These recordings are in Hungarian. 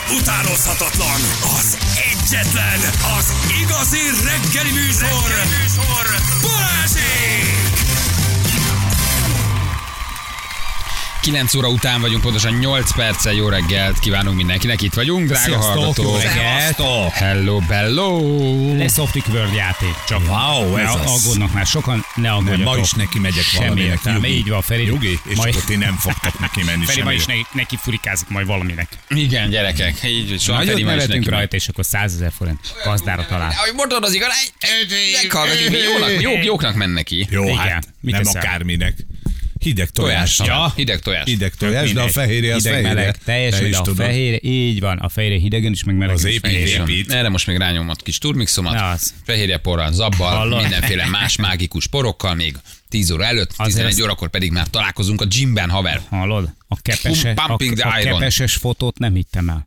utánozhatatlan, az egyetlen, az igazi reggeli műsor, Balázsék! 9 óra után vagyunk, pontosan 8 perccel. Jó reggelt kívánunk mindenkinek, itt vagyunk, drága hallgatók. Jó reggelt! Hello, bello! Lesz Optic World játék, csak wow, ez az. aggódnak már sokan, ne aggódjatok. Ma is neki megyek Semmi valaminek. értelme, így van, Feri. Jogi, és majd... akkor ti nem fogtok neki menni Feri ma semmi. is neki furikázik majd valaminek. Igen, gyerekek, így soha Nagyot Feri ma is nevetünk neki. rajta, és akkor 100 000 forint gazdára talál. Ahogy mondod az igaz, jóknak mennek neki. Jó, Igen. hát Mit nem teszel? akárminek. Hideg tojás. Ja. Hideg tojás. Hideg tojás, de a fehérje az hideg, fehérje. meleg, teljesen, de a fehérje, így van, a fehérje hidegen is, meg melegen Az is. épít, fehérje. épít. Erre most még rányomott kis turmixomat, Az. fehérjeporral, zabbal, Hallod? mindenféle más mágikus porokkal még 10 óra előtt, Azért 11 azt- órakor pedig már találkozunk a gymben, haver. Hallod? Pumping the a iron. kepeses fotót nem hittem el.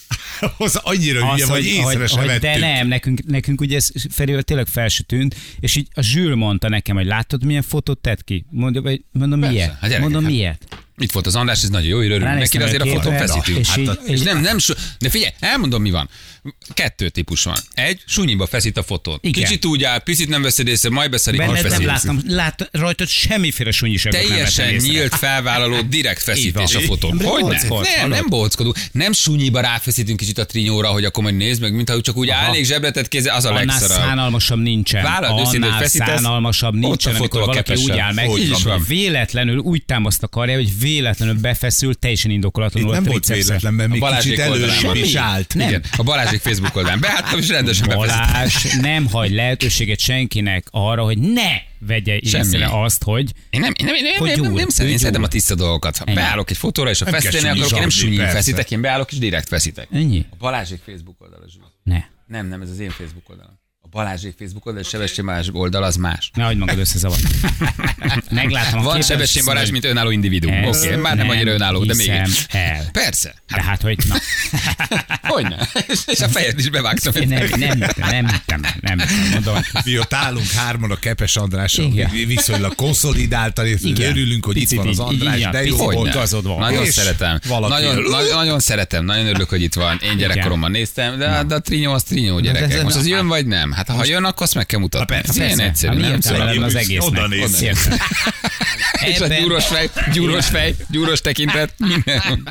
Az annyira hülye, vagy észre se de vettük. nem, nekünk ugye ez Ferivel tényleg fel se tűnt, és így a Zsül mondta nekem, hogy láttad, milyen fotót tett ki? Mondom, miért? Hát gyerekek, Mondom, hát- miért? Itt volt az András, ez nagyon jó, örülünk neki, Ránéztem de azért a a fotón képre, feszítünk. és Hát így- és így- nem, de figyelj, elmondom mi van. 2 típus van. Egy, sunyiba feszít a fotón. Igen. Kicsit úgy áll, picit nem veszed észre, majd beszedik, majd Benned nem feszít. láttam, rajtad semmiféle sunyiságot nem Teljesen vettem észre. nyílt, felvállaló, direkt feszítés a van. fotón. Nem Hogyne? bóckodsz, Nem, hallod? nem bóckodunk. Nem sunyiba ráfeszítünk kicsit a trinyóra, hogy akkor majd nézd meg, mint ahogy csak úgy állnék zsebretett kézzel, az a Annál legszarabb. szánalmasabb nincsen. Vállald őszintén, hogy Annál feszítesz, szánalmasabb ott nincsen, a amikor fotó a valaki kepessel. úgy áll meg, Úgy és is van. véletlenül úgy támaszt a karja, hogy véletlenül befeszül, teljesen Itt indokolatlanul a nem volt tricepsze. véletlen, mert A még Balázsék kicsit előre oldalán is van. állt. Nem. Igen, a Balázsék Facebook oldalán. Beálltam és rendesen befeszítem. Balázs nem hagy lehetőséget senkinek arra, hogy ne vegye Semmi. észre azt, hogy Én nem Hogy gyúr, szeretem, én hogy szeretem gyúr. a tiszta dolgokat. Ha Ennyi. beállok egy fotóra, és a Nem kell feszíteni akarok, én nem sunyizsarni, sunyin persze. feszítek, én beállok és direkt feszítek. ennyi. A Balázsék Facebook oldala, Zsül. Ne. Nem, ez az én Facebook oldalam. A Balázsék Facebook oldal, és Sebestyén Balázs oldal az más. Ne hagyd magad összezavar. Meglátom a Van képet, Sebestyén Balázs, mint önálló individuum. Ez Oké, már nem annyira önálló, de hiszem mégis. el. Persze. De hát, hogy na. Hogyne? És a fejed is bevágtam. Én nem hittem, mondom. Mi ott állunk hárman a Kepes Andrással, Igen. viszonylag konszolidáltan, és Igen. örülünk, hogy itt Picit van az így, András, igen, de jó picit volt. igazod van. Nagyon És szeretem. valaki- Nagyon szeretem. Nagyon örülök, hogy itt van. Én gyerekkoromban néztem, de a trinyó az trinyó, gyerekek. ez- Most az jön vagy nem? Hát ha jön, akkor azt meg kell mutatni. Ez ilyen egyszerű, Mi nem? értelme lenne az Oda egésznek? néz. Értem. És a gyúros fej, gyúros tekintet, minden.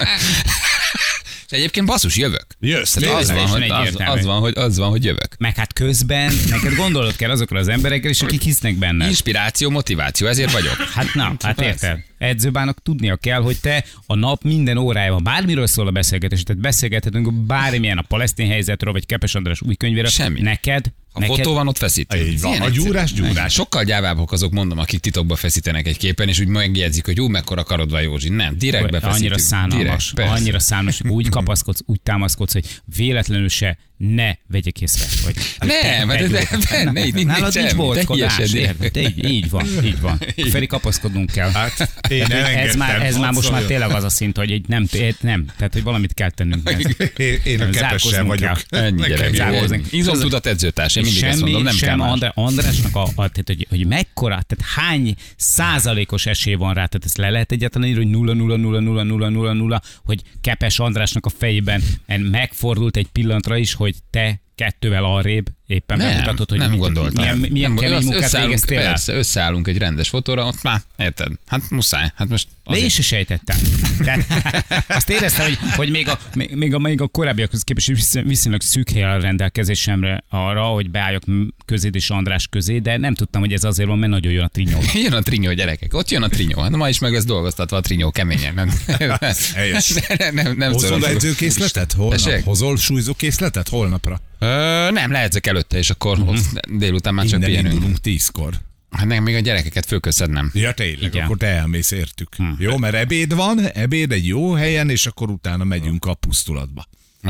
És egyébként basszus, jövök. Jössz, Tehát az tényleg. van, Egyértelmű. az van, hogy jövök. Meg hát közben neked gondolod kell azokra az emberekkel is, akik hisznek benned. Inspiráció, motiváció, ezért vagyok. Hát na, hát érted. Edzőbának tudnia kell, hogy te a nap minden órájában bármiről szól a beszélgetés, tehát beszélgethetünk bármilyen a palesztin helyzetről, vagy Kepes András új könyvéről. Semmi. Neked, Ha fotó van, ott feszít. Így van. A gyúrás, gyúrás. Sokkal gyávábbak azok, mondom, akik titokba feszítenek egy képen, és úgy megjegyzik, hogy mekkora karod van, Józsi. Nem, direkt befeszítünk. annyira szánalmas, Direkt, persze. annyira szánalmas, hogy úgy kapaszkodsz, úgy támaszkodsz, hogy véletlenül se ne vegyek észre. Hogy Nem, nálad nincs boltkodás, boltkodás. érted? Így van. Feri, kapaszkodnunk kell. Hát, én nem Ez már engedtem. most már tényleg az a szint, hogy egy nem, tehát hogy valamit kell tennünk. Én a Kepessel Zárkóznunk vagyok. kell. Ennyi gyerek. Zárkózni. Izomtudat edzőtárs, én mindig ezt mondom, nem kell más. Andrásnak, tehát, hogy mekkora, tehát hány százalékos esély van rá, tehát ezt le lehet egyáltalán írni, hogy 0,0000000, hogy Kepes Andrásnak a fejében megfordult egy pillanatra is, hogy te 2-vel arrébb éppen bemutatod, hogy nem gondoltam. milyen kemény munkát végeztél el. Persze, összeállunk egy rendes fotóra, ott már, érted? Hát muszáj. Hát most De én se sejtettem. Tehát azt éreztem, hogy még a korábbiakhoz képest viszonylag szűk hely a rendelkezésemre arra, hogy beálljak közéd és András közé, de nem tudtam, hogy ez azért van, mert nagyon jön a trinyó. Jön a trinyó, gyerekek. Ott jön a trinyó. Hát ma is meg lesz dolgoztatva a trinyó keményen. Helyes. Nem Hozol szólok. edzőkészletet holnap? Tessék? Hozol súlyzókészletet holnapra? Nem, lehegyzek előtte, és akkor délután már csak Innen pihenünk. indulunk 10-kor. Hát még a gyerekeket fölköszednem. Ja, tényleg, Igen. akkor te elmész, értük. Jó, mert ebéd van, ebéd egy jó helyen, és akkor utána megyünk a pusztulatba.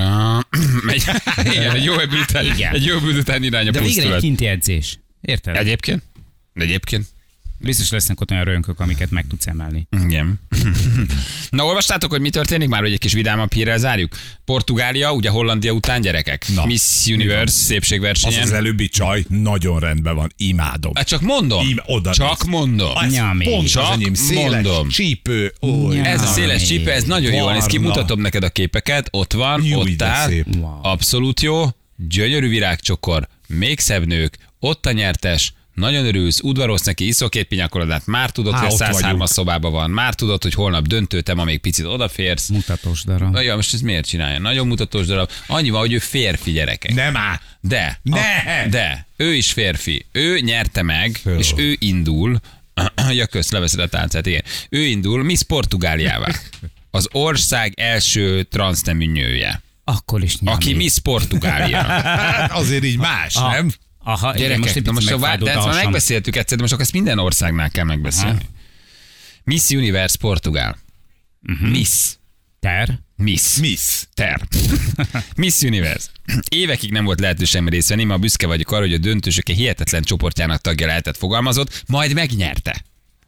Igen, egy jó ebéd után irány a De végre egy pusztulat. kinti edzés. Érted? Egyébként? Biztos lesznek ott olyan rönkök, amiket meg tudsz emelni. Igen. Na, olvastátok, hogy mi történik már, hogy egy kis vidámabb hírrel zárjuk? Portugália, ugye Hollandia után gyerekek. Na, Miss Universe az szépségversenyen. az előbbi csaj nagyon rendben van, imádom. Hát csak mondom. Oda Csak néz. mondom. Ez Nyami. pont Csak az enyém, széles mondom. csípő. Ó, Nyami. Ez a széles csípe, ez nagyon jó van. Ezt Barna. kimutatom neked a képeket. Ott van, Jó, ott de áll. szép. Wow. Abszolút jó. Gyönyörű virágcsokor. Még szebb nők. Ott a nyertes. Nagyon örülsz, udvarolsz neki, iszol két pinyakoladát, már tudod, hogy a ott 103-as vagyunk. szobában van, már tudod, hogy holnap döntő, te ma még picit odaférsz. Mutatós darab. Na, ja, most ezt miért csinálja? Nagyon mutatós darab. Annyi van, hogy ő férfi, gyerekek. Nem áll. De. Ne! De. Ő is férfi. Ő nyerte meg, Föl. és ő indul. Ja, kösz, leveszed a táncát, igen. Ő indul Miss Portugáliává. Az ország első transznemű nője. Akkor is nyami. Aki Miss Portugália. Hát azért így más, nem? Aha, igen, Gyerekek, most egy na picit most megfájdult de a ezt már hasam. megbeszéltük egyszer, de most akkor ezt minden országnál kell megbeszélni. Miss Universe Portugál. Miss. Miss. Miss. Miss Universe. Évekig nem volt lehetőségem részt venni, ma büszke vagyok arra, hogy a döntősök egy hihetetlen csoportjának tagja lehetett fogalmazott, majd megnyerte.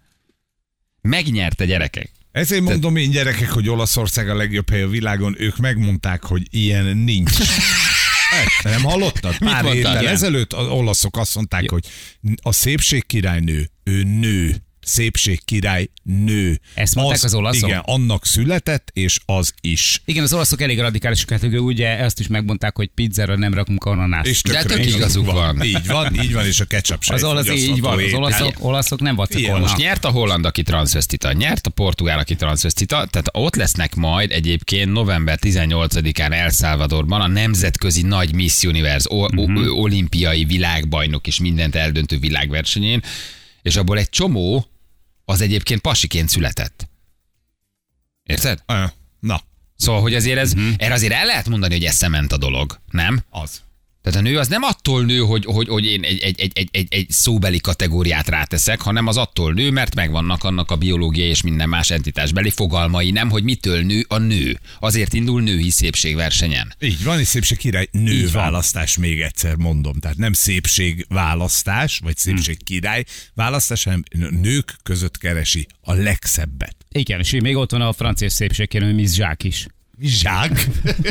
Megnyerte, gyerekek. Ezért mondom én, gyerekek, hogy Olaszország a legjobb hely a világon, ők megmondták, hogy ilyen nincs. Nem hallottad? Pár mondtad? héttel Igen. ezelőtt az olaszok azt mondták, hogy a szépségkirálynő, ő nő. Szépségkirály nő. Ezt mondták az olaszok? Igen, annak született, és az is. Igen, az olaszok elég radikálisak, hát ők ugye ezt is megmondták, hogy pizzára nem rakunk ananást. És De tökre tök igazuk van. Így van, és a ketchup se Az olasz így van, az olaszok nem Most vacakolnak. nyert a holland, aki transzvesztita, nyert a portugál, aki transzvesztita, tehát ott lesznek majd egyébként november 18-án El Salvadorban a nemzetközi nagy Miss Universe olimpiai világbajnok és mindent eldöntő világversenyén, és abból egy csomó az egyébként pasiként született. Érted? Na, Szóval, hogy azért ez, erre azért el lehet mondani, hogy eszement a dolog, nem? az. Tehát a nő az nem attól nő, hogy én egy szóbeli kategóriát ráteszek, hanem az attól nő, mert megvannak annak a biológiai és minden más entitásbeli fogalmai, nem, hogy mitől nő a nő. Azért indul női szépségversenyen. Így van, és szépségkirály nőválasztás, még egyszer mondom. Tehát nem szépségválasztás, vagy szépségkirály választás, hanem nők között keresi a legszebbet. Igen, és még ott van a francia szépségkérő, Miss Jacques is. Zsák.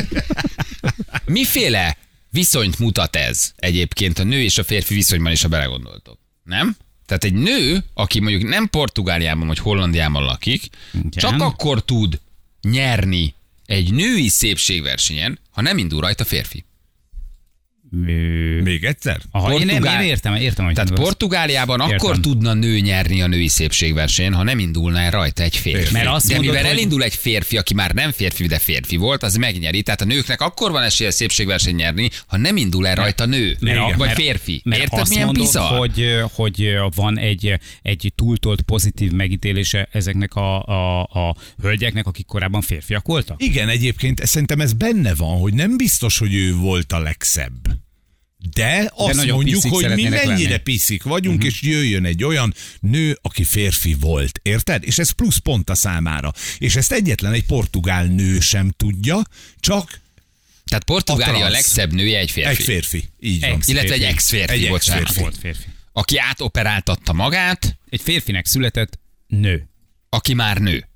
Miféle viszonyt mutat ez egyébként a nő és a férfi viszonyban is, ha belegondoltok? Nem? Tehát egy nő, aki mondjuk nem Portugáliában vagy Hollandiában lakik, Igen. csak akkor tud nyerni egy női szépségversenyen, ha nem indul rajta férfi. Még egyszer? Aha, én értem, hogy Tehát mondasz. Portugáliában Értem. akkor tudna nő nyerni a női szépségversenyen, ha nem indulna el rajta egy férfi. Mert azt de mondod, mivel hogy- elindul egy férfi, aki már nem férfi, de férfi volt, az megnyeri. Tehát a nőknek akkor van esélye szépségverseny nyerni, ha nem indul el rajta nő, vagy férfi. Mert Érted, azt milyen mondod, bizarr? hogy van egy túltolt pozitív megítélése ezeknek a hölgyeknek, akik korábban férfiak voltak? Igen, egyébként szerintem ez benne van, hogy nem biztos, hogy ő volt a legszebb. De azt nagyon mondjuk, piszik hogy mi szeretnének mennyire lenni. piszik vagyunk, és jöjjön egy olyan nő, aki férfi volt. Érted? És ez plusz pont a számára. És ezt egyetlen egy portugál nő sem tudja, csak Tehát Portugália a transz. legszebb nője egy férfi. egy férfi. Így van. Illetve egy ex-férfi, Egy bocsánat. ex-férfi. Volt férfi. Aki átoperáltatta magát, Egy férfinek született nő. aki már nő.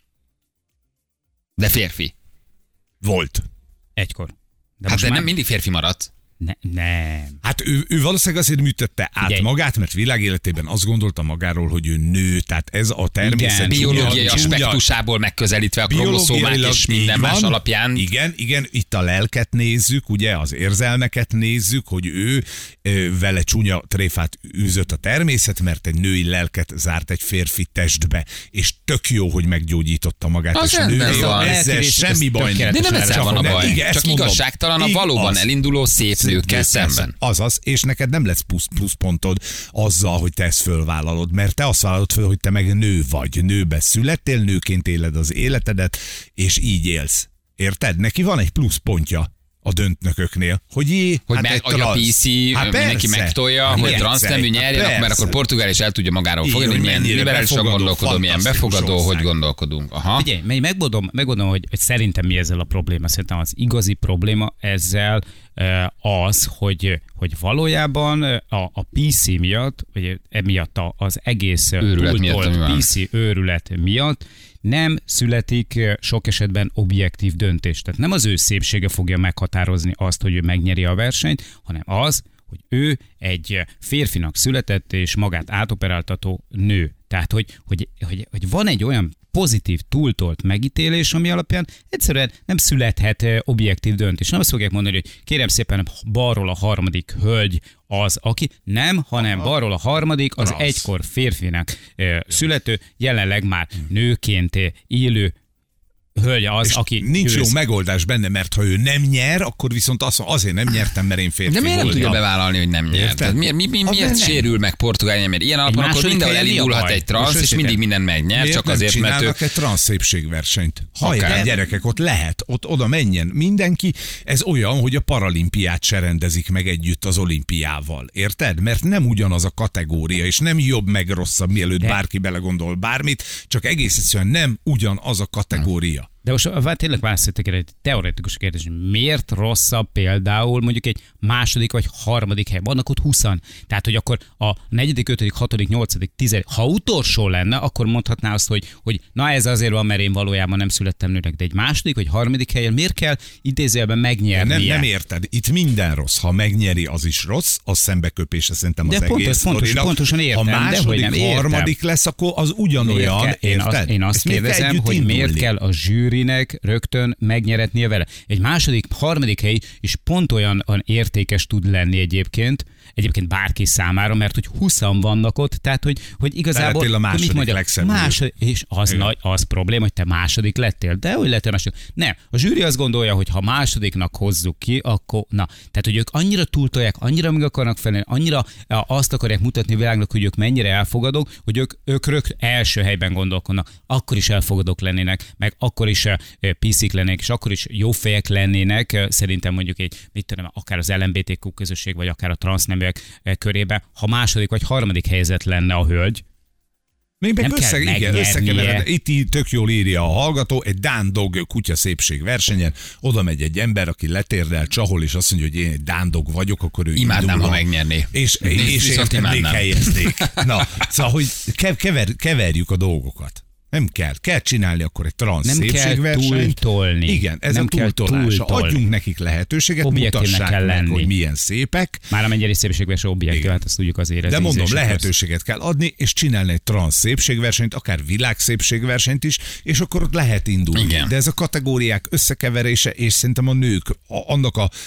De férfi. Volt. Egykor. De Hát de már... nem mindig férfi maradt. Nem. Hát ő valószínűleg azért műtötte át Figyelj. magát, mert világéletében azt gondolta magáról, hogy ő nő, tehát ez a természet Igen. Biológiai csúnya- aspektusából megközelítve a kromoszómák biológiailag és minden így más van. alapján. Igen, itt a lelket nézzük, ugye, az érzelmeket nézzük, hogy ő vele csúnya tréfát űzött a természet, mert egy női lelket zárt egy férfi testbe, és tök jó, hogy meggyógyította magát, Az és rendben női van. ezzel Eltűnés, semmi ez baj nincs. De nem tökéletes. ezzel van a nem, baj. igen, ezt Csak mondom. igazságtalan a valóban Az. elinduló szép nőkkel szemben. Azaz, és neked nem lesz plusz pontod azzal, hogy te ezt fölvállalod, mert te azt vállalod föl, hogy te meg nő vagy, nőbe születtél, nőként éled az életedet, és így élsz. Érted? Neki van egy plusz pontja a döntnököknél, hogy Hogy a PC mindenki megtolja, hogy transznemű nyerjen, mert akkor Portugál is el tudja magáról fogadni, hogy milyen liberálisan gondolkodó, milyen befogadó, hogy gondolkodunk. Aha. Figyelj, megmondom, hogy szerintem mi ezzel a probléma. Szerintem az igazi probléma ezzel az, hogy valójában a PC miatt, vagy emiatt az egész PC őrület miatt nem születik sok esetben objektív döntés. Tehát nem az ő szépsége fogja meghatározni azt, hogy ő megnyeri a versenyt, hanem az, hogy ő egy férfinak született és magát átoperáltató nő. Tehát, hogy van egy olyan pozitív, túltolt megítélés, ami alapján egyszerűen nem születhet objektív döntés. Nem azt fogják mondani, hogy kérem szépen balról a harmadik hölgy az, aki nem, hanem balról a harmadik az egykor férfinak születő, jelenleg már nőként élő hölgy az, aki... Nincs jó megoldás benne, mert ha ő nem nyer, akkor viszont azért nem nyertem, mert én férfi de miért voltam. nem tudja bevállalni, hogy nem nyer? Tehát miért sérül meg Portugália? Mert ilyen alapon akkor mindenhol elindulhat egy transz, és mindig minden megnyer, miért csak nem azért, mert ő... csinálnak egy transz szépségversenyt? Hajrá, gyerekek, ott lehet, ott oda menjen mindenki. Ez olyan, hogy a paralimpiát se rendezik meg együtt az olimpiával. Érted? Mert nem ugyanaz a kategória, és nem jobb meg rosszabb, mielőtt bárki belegondol bármit, csak egész egyszerűen nem ugyanaz a kategória. De most tényleg válaszoltak egy teoretikus kérdés, miért rosszabb például mondjuk egy második vagy harmadik hely? Vannak ott 20. Tehát, hogy akkor a 4., 5., 6., 8., 10. Ha utolsó lenne, akkor mondhatná azt, hogy na ez azért van, mert én valójában nem születtem nőnek, de egy második vagy harmadik helyen miért kell idézőjelben megnyernie? Nem érted. Itt minden rossz. Ha megnyeri, az is rossz, az szembeköpése szerintem az egész sztorinak. Pontosan értem. Ha második, harmadik lesz, akkor az ugyanolyan. Én azt kérdezem, hogy miért kell a zsűrinek rögtön megnyeretnie vele. Egy második, harmadik hely is pont olyan értékes tud lenni egyébként bárki számára, mert hogy 20-an vannak ott, tehát hogy igazából... Lettél a második legszebb. És az probléma, hogy te második lettél. De hogy lettél második? Nem. A zsűri azt gondolja, hogy ha másodiknak hozzuk ki, akkor na. Tehát, hogy ők annyira túltolják, annyira meg akarnak felelni, annyira azt akarják mutatni a világnak, hogy ők mennyire elfogadók, hogy ők rögtön első helyben gondolkodnak. Akkor is elfogadók lennének, meg akkor is piszik lennének, és akkor is jó fejek lennének, szerintem mondjuk akár az LMBTQ közösség, vagy akár a transzneműek körébe, ha második vagy harmadik helyzet lenne a hölgy. Még meg összekevered. Itt tök jól írja a hallgató, egy Dán Dog kutya szépség versenyen, oda megy egy ember, aki letérdel, csahol, és azt mondja, hogy én egy Dán Dog vagyok, akkor ő imádnám, ha megnyerné. És értemlék helyeznék. Na, szóval, hogy keverjük a dolgokat. Nem kell csinálni akkor egy transz szépségversenyt. Nem kell túltolni. Igen, ez nem a túltolása. Adjunk nekik lehetőséget, mutassák meg, hogy milyen szépek. Már a mennyire szépségverseny objektív, hát azt tudjuk azért. De mondom, lehetőséget kell adni, és csinálni egy transz szépségversenyt, akár világszépségversenyt is, és akkor ott lehet indulni. Igen. De ez a kategóriák összekeverése, és szerintem a nők, annak a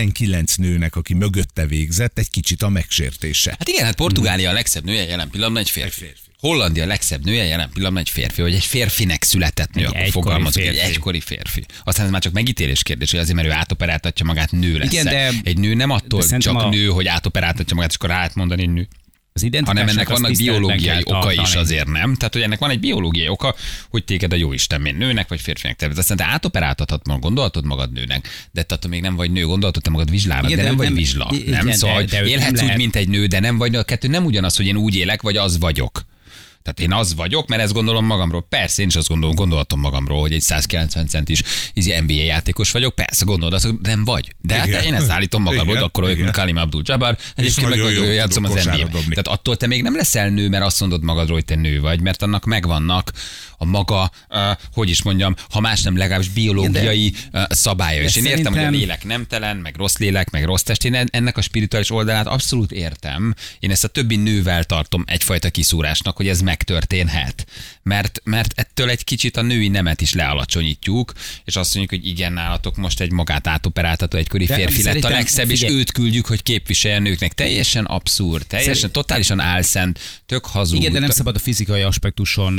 19 nőnek, aki mögötte végzett, egy kicsit a megsértése. Hát igen, hát Portugália a legszebb nője jelen pillanatban egy férfi. Hollandia legszebb nője jelen pillanatban egy férfi, vagy egy férfinek született nő, akkor fogalmazok, egy egykori férfi. Aztán ez már csak megítélés kérdés, hogy azért, mert ő átoperáltatja magát, nő lesz. Igen, de egy nő nem attól csak nő, hogy átoperáltatja magát, és akkor átmondani nő. Hanem ennek vannak biológiai oka is azért, nem? Tehát, hogy ennek van egy biológiai oka, hogy téged a jóisten miért nőnek vagy férfinek tervez. Aztán te átoperáltathatod magad, gondolhatod magad nőnek, de attól még nem vagy nő, gondolhatod te magad vizslának, igen, de nem vagy vizsla. Nem, szóval élhetsz úgy, mint egy nő, de nem vagy, a kettő nem ugyanaz, hogy én úgy élek, vagy az vagyok. Tehát én az vagyok, mert ezt gondolom magamról. Persze, én is azt gondolhatom magamról, hogy egy 190 centis NBA játékos vagyok. Persze, gondolod azt, nem vagy. De hát én ezt állítom magamról, akkor vagyok, mint Karim Abdul-Jabbar. Egyébként meg játszom az NBA-t. Tehát attól te még nem leszel nő, mert azt mondod magadról, hogy te nő vagy, mert annak megvannak a maga, hogy is mondjam, ha más nem, legalábbis biológiai szabálya. És én értem, hogy a lélek nemtelen, meg rossz lélek, meg rossz test. Én ennek a spirituális oldalát abszolút értem. Én ezt a többi nővel tartom egyfajta kiszúrásnak, hogy ez megtörténhet. Mert ettől egy kicsit a női nemet is lealacsonyítjuk, és azt mondjuk, hogy igen, nálatok most egy magát átoperáltató egykori férfi lett a legszebb, és őt küldjük, hogy képviselje a nőknek. Teljesen abszurd, teljesen, totálisan álszent, tök hazug. Igen, de nem szabad a fizikai aspektuson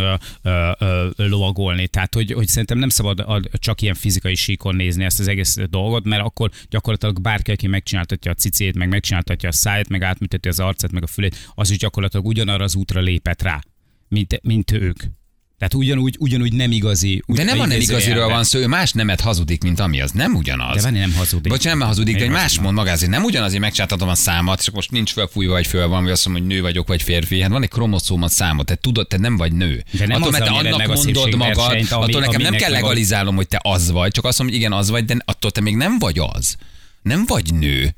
lovagolni. Tehát, hogy szerintem nem szabad csak ilyen fizikai síkon nézni ezt az egész dolgot, mert akkor gyakorlatilag bárki, aki megcsináltatja a cicét, meg megcsináltatja a száját, meg átműteti az arcát, meg a fülét, az is gyakorlatilag ugyanarra az útra lépett rá, mint ők. Tehát ugyanúgy nem igazi. De nem a nem igaziról van szó, ő más nemet hazudik, mint ami az. Nem ugyanaz. De van, nem hazudik. Bocsánat, nem hazudik, de más mond maga azért. Nem ugyanaz, hogy megcsátatom a számat, csak most nincs fölfújva, vagy föl van, vagy azt mondom, hogy nő vagyok, vagy férfi. Hát van egy kromoszóma számot, te tudod, te nem vagy nő. De nem attól, mert te azzal annak meg a mondod magad, szépségversenyt, attól nekem nem aminek kell van. legalizálnom, hogy te az vagy, csak azt mondom, hogy igen, az vagy, de attól te még nem vagy az. Nem vagy nő.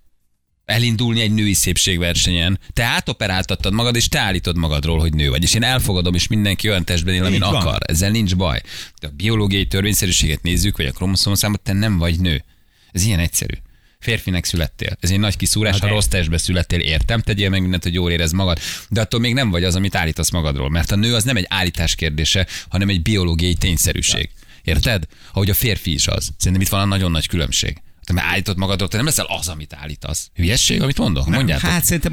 Elindulni egy női szépségversenyen. Te átoperáltattad magad, és te állítod magadról, hogy nő vagy. És én elfogadom, és mindenki olyan testben él, amin akar. Ezzel nincs baj. De a biológiai törvényszerűséget nézzük, vagy a kromoszómaszámot, te nem vagy nő. Ez ilyen egyszerű. Férfinek születtél. Ez egy nagy kiszúrás, ha rossz testbe születtél, értem, tegyél meg mindent, hogy jól érezd magad. De attól még nem vagy az, amit állítasz magadról. Mert a nő az nem egy állítás kérdése, hanem egy biológiai tényszerűség. Érted? Ahogy a férfi is az. Szerintem itt van a nagyon nagy különbség. Te már állítod magadról, te nem leszel az, amit állítasz. Hülyesség, amit mondok? Mondjátok. Hát szerintem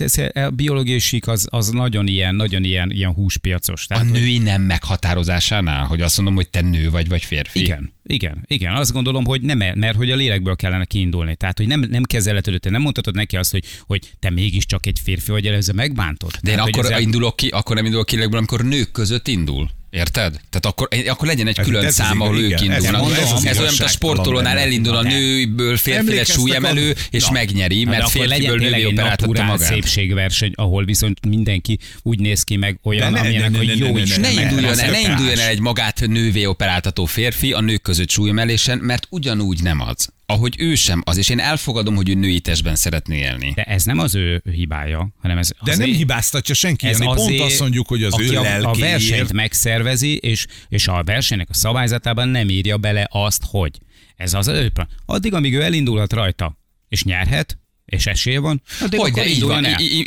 a biológiai sík az nagyon ilyen húspiacos. A női nem meghatározásánál, hogy azt mondom, hogy te nő vagy férfi. Igen. Azt gondolom, hogy nem, mert hogy a lélekből kellene kiindulni. Tehát, hogy nem kezelhető, te nem mondhatod neki azt, hogy te mégiscsak egy férfi vagy, előző megbántod. De én tehát, akkor indulok ki, akkor nem indulok ki lélekből, amikor nők között indul. Érted? Tehát akkor legyen egy külön szám, ahol ők indulnak. Ez olyan, mint a sportolónál elindul a nőből férfi lett súlyemelő, és megnyeri, mert férfiből nővé operáltatta magát. Szépségverseny, ahol viszont mindenki úgy néz ki meg olyan, amilyenek, hogy jó is. Ne induljon el egy magát nővé operáltató férfi a nők között súlyemelésen, mert ugyanúgy nem az. Ahogy ő sem az, és én elfogadom, hogy ő női testben szeretné élni. De ez nem az ő hibája, hanem ez de nem hibáztatja senki, ez pont azt mondjuk, hogy az ő lelkéért. A versenyt megszervezi, és a versenynek a szabályzatában nem írja bele azt, hogy ez az addig, amíg ő elindulhat rajta, és nyerhet, és esélye van, addig hogy akkor így van,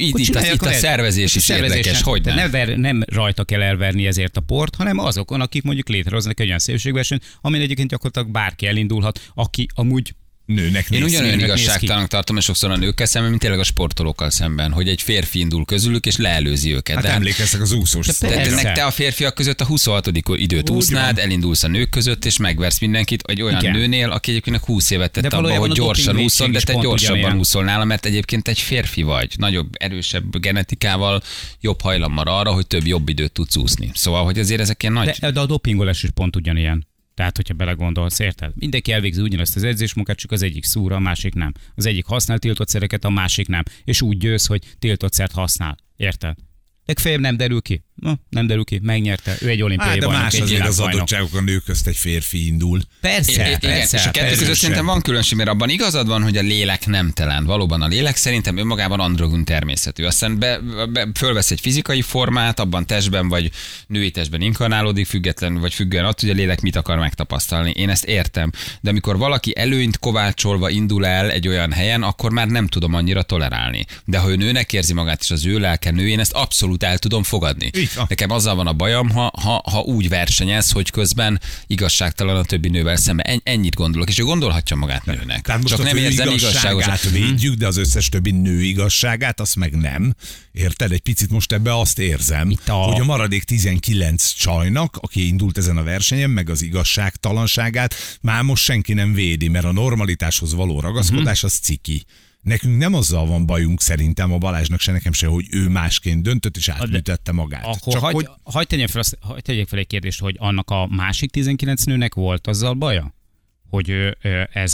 itt a szervezés is érdekes, hogy nem rajta kell elverni ezért a port, hanem azokon, akik mondjuk létrehoznak egy olyan szépségversenyt, amin egyébként gyakorlatilag bárki elindulhat, aki amúgy nőnek én ugyanolyan igazságtalannak tartom, és sokszor a nőkkel szemben, mint tényleg a sportolókkal szemben, hogy egy férfi indul közülük, és leelőzi őket. Hát emlékeztek az úszós sztorira. Te a férfiak között a 26. időt úsznád, elindulsz a nők között, és megversz mindenkit egy olyan nőnél, aki egyébként 20 évet tett abba, hogy gyorsan úszol, de te gyorsabban úszol nála, mert egyébként egy férfi vagy. Nagyobb, erősebb genetikával, jobb hajlammal arra, hogy több jobb időt tudsz úszni. Szóval, hogy azért ezek ilyen nagy... De a dopingolás is pont ugyanilyen. Tehát, hogyha belegondolsz, érted? Mindenki elvégzi ugyanazt az edzésmunkát, csak az egyik szúr, a másik nem. Az egyik használ tiltott szereket, a másik nem. És úgy győz, hogy tiltott szert használ. Érted? Legfeljebb nem derül ki. Nem derül ki, megnyerte. Ő egy olimpiai bajnok. De más azért az adottságok, a nők közt egy férfi indul. Persze. És a kettő között szerintem van különbség, mert abban igazad van, hogy a lélek nemtelen. Valóban a lélek szerintem önmagában androgyn természetű. Aztán fölvesz egy fizikai formát, abban testben vagy női testben inkarnálódik, független vagy függően attól, hogy a lélek mit akar megtapasztalni. Én ezt értem. De amikor valaki előnyt kovácsolva indul el egy olyan helyen, akkor már nem tudom annyira tolerálni. De ha ő nőnek érzi magát, és az ő lelke nő, én ezt abszolút el tudom fogadni. Nekem azzal van a bajom, ha úgy versenyez, hogy közben igazságtalan a többi nővel szemben. Ennyit gondolok, és ő gondolhatja magát nőnek. Tehát most csak nem érzem igazságát védjük, de az összes többi nő igazságát, azt meg nem. Érted? Egy picit most ebbe azt érzem, hogy a maradék 19 csajnak, aki indult ezen a versenyen, meg az igazságtalanságát, már most senki nem védi, mert a normalitáshoz való ragaszkodás az ciki. Nekünk nem azzal van bajunk szerintem, a Balázsnak se, nekem se, hogy ő másként döntött és átműtette magát. Akkor hagyj tegyek fel egy kérdést, hogy annak a másik 19 nőnek volt azzal baja? Hogy ez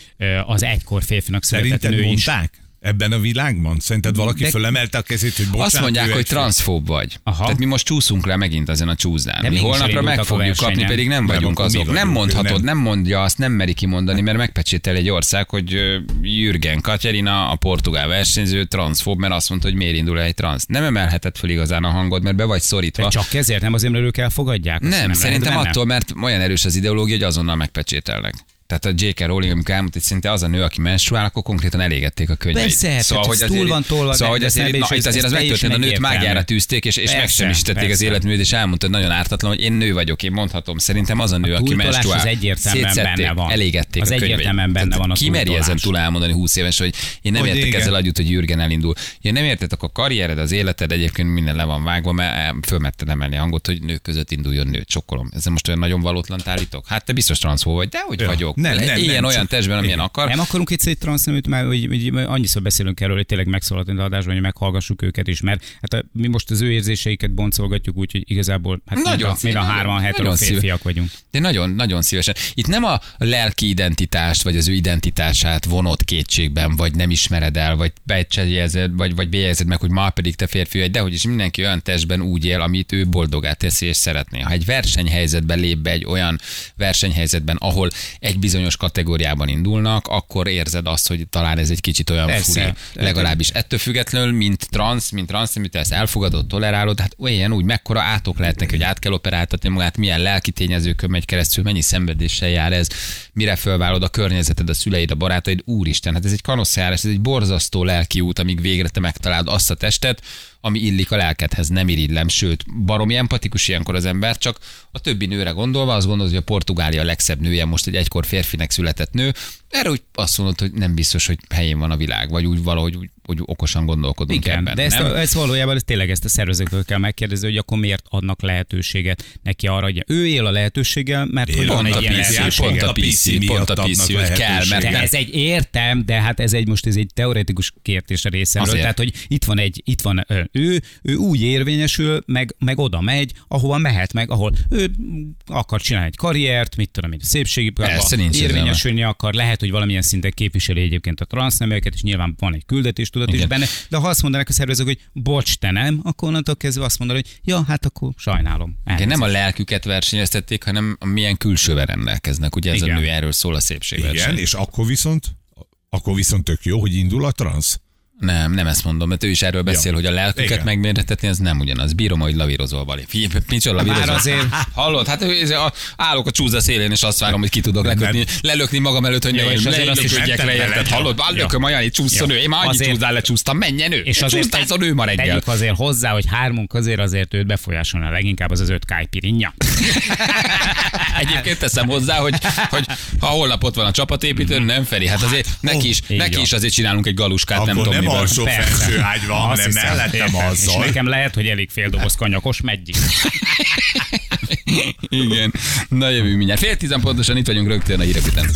az egykor férfinak született nő is. Mondták? Ebben a világban? Szerinted valaki fölemelte a kezét, hogy bocsánat? Azt mondják, hogy transzfób vagy. Aha. Tehát mi most csúszunk le megint ezen a csúszdán. Mi holnapra meg fogjuk kapni, pedig nem vagyunk azok. Nem mondhatod, nem mondja azt, nem meri kimondani, mert megpecsétel egy ország, hogy Jürgen Katerina, a portugál versenyző, transzfób, mert azt mondta, hogy miért indul el egy transz. Nem emelheted föl igazán a hangod, mert be vagy szorítva. De csak ezért, nem azért, mert ők elfogadják? Nem, szerintem attól, mert olyan erős az ideológia, hogy azonnal megpecsételnek. Tehát a J.K. Rowling, amikor elmondta, hogy szinte az a nő, aki menstruál, akkor konkrétan elégették a könyveit. Persze, szóval, hogy túl van tolva. Szóval, hogy azért, itt azért az megtörtént, a nőt mágiára tűzték, és megsemmisítették az életművét, és elmondta, hogy nagyon ártatlan, hogy én nő vagyok, én mondhatom. Szerintem az a nő, aki menstruál. Az egyértelműen benne van. Elégették az a könyveit. Egyértelműen benne van a ki meri ezen túl elmondani 20 éves, hogy én nem értek ezzel együtt, hogy Jürgen elindul. Ja, nem érted, akkor a karriered, az életed egyébként minden le van vágva, mert fölmerted emelni a hangot, hogy nők között induljon nő. Csokkolom. Ezzel most olyan nagyon valótlant állítok. Hát te biztos transzfó vagy, de hogy vagyok. Ilyen olyan testben, amilyen akar. Nem akarunk itt egy transzneműt, mert hogy annyiszor beszélünk erről, hogy tényleg megszólalt az adásban, hogy meghallgassuk őket is, mert hát mi most az ő érzéseiket boncolgatjuk, úgyhogy igazából hát mi a 3 hetero férfiak vagyunk. De nagyon szívesen. Itt nem a lelki identitást, vagy az ő identitását vonott kétségben, vagy nem ismered el, vagy becseljezed, vagy bélyegzed meg, hogy ma pedig te férfi vagy, de hogy is mindenki olyan testben úgy él, amit ő boldogát teszi és szeretné. Ha egy versenyhelyzetben lép be, egy olyan versenyhelyzetben, ahol egy bizonyos kategóriában indulnak, akkor érzed azt, hogy talán ez egy kicsit olyan furi. Legalábbis ettől függetlenül, mint transznemű, te ezt elfogadod, tolerálod, hát olyan úgy mekkora átok lehetnek, hogy át kell operáltatni magát, milyen lelki tényezőkön megy keresztül, mennyi szenvedéssel jár ez, mire fölvállalod a környezeted, a szüleid, a barátaid, úristen, hát ez egy kanosszajárás, ez egy borzasztó lelki út, amíg végre te megtalálod azt a testet, ami illik a lelkedhez, nem irigylem, sőt, baromi empatikus ilyenkor az ember, csak a többi nőre gondolva, azt gondolod, hogy a Portugália a legszebb nője, most egy egykor férfinek született nő, erre úgy azt mondod, hogy nem biztos, hogy helyén van a világ, vagy úgy valahogy úgy okosan gondolkodunk ebben. De ezt valójában tényleg ezt a szervezőktől kell megkérdezni, hogy akkor miért adnak lehetőséget neki arra, hogy ő él a lehetőséggel, mert hogy van egy ilyen lehetőség. Pont a PC, hogy kell, mert ez egy értem, de hát ez egy teoretikus kérdés a részemről. Tehát, hogy itt van ő úgy érvényesül, meg oda megy, ahova mehet meg, ahol ő akar csinálni egy karriert, mit tudom én, szépségipárban érvényesülni akar, lehet, hogy valamilyen szinten képviseli egyébként a transzneműeket, és nyilván van egy küldetéstudat is benne, de ha azt mondanak a szervezők, hogy bocs, te nem, akkor onnantól kezdve azt mondani, hogy ja, hát akkor sajnálom. Igen, nem a lelküket versenyeztették, hanem milyen külsővel rendelkeznek. Ugye ez a nő, erről szól a szépségverseny. Igen, és akkor viszont tök jó, hogy indul a transz. Nem ezt mondom, mert ő is erről beszél, hogy a lelküket megmérhetetni, ez nem ugyanaz. Bírom, hogy lavírozol, Bali. Micsoda lavírozol? Már azért. Hallod? Hát állok a csúszda szélén, és azt várom, hogy ki tudok lelökni magam előtt, hogy ne löködjek le, érted? Hallod? Lököm, Ajani, csúszson ő. Én már annyi csúszdán lecsúsztam, menjen ő. És azért csúsztászon ő ma reggel. Tegyük azért hozzá, hogy hármunk azért őt befolyásolna leginkább az 5 kájpirinja. Egyébként teszem hozzá, hogy ha holnap ott van a csapatépítőn, nem Feri, hát azért neki is azért csinálunk egy galuskát, nem tudom. Alsó felső ágy van, hanem mellettem azzal. És nekem lehet, hogy elég fél doboz kanyakos meddig. Igen. Na jövünk mindjárt. 9:10 pontosan itt vagyunk rögtön a hírek után.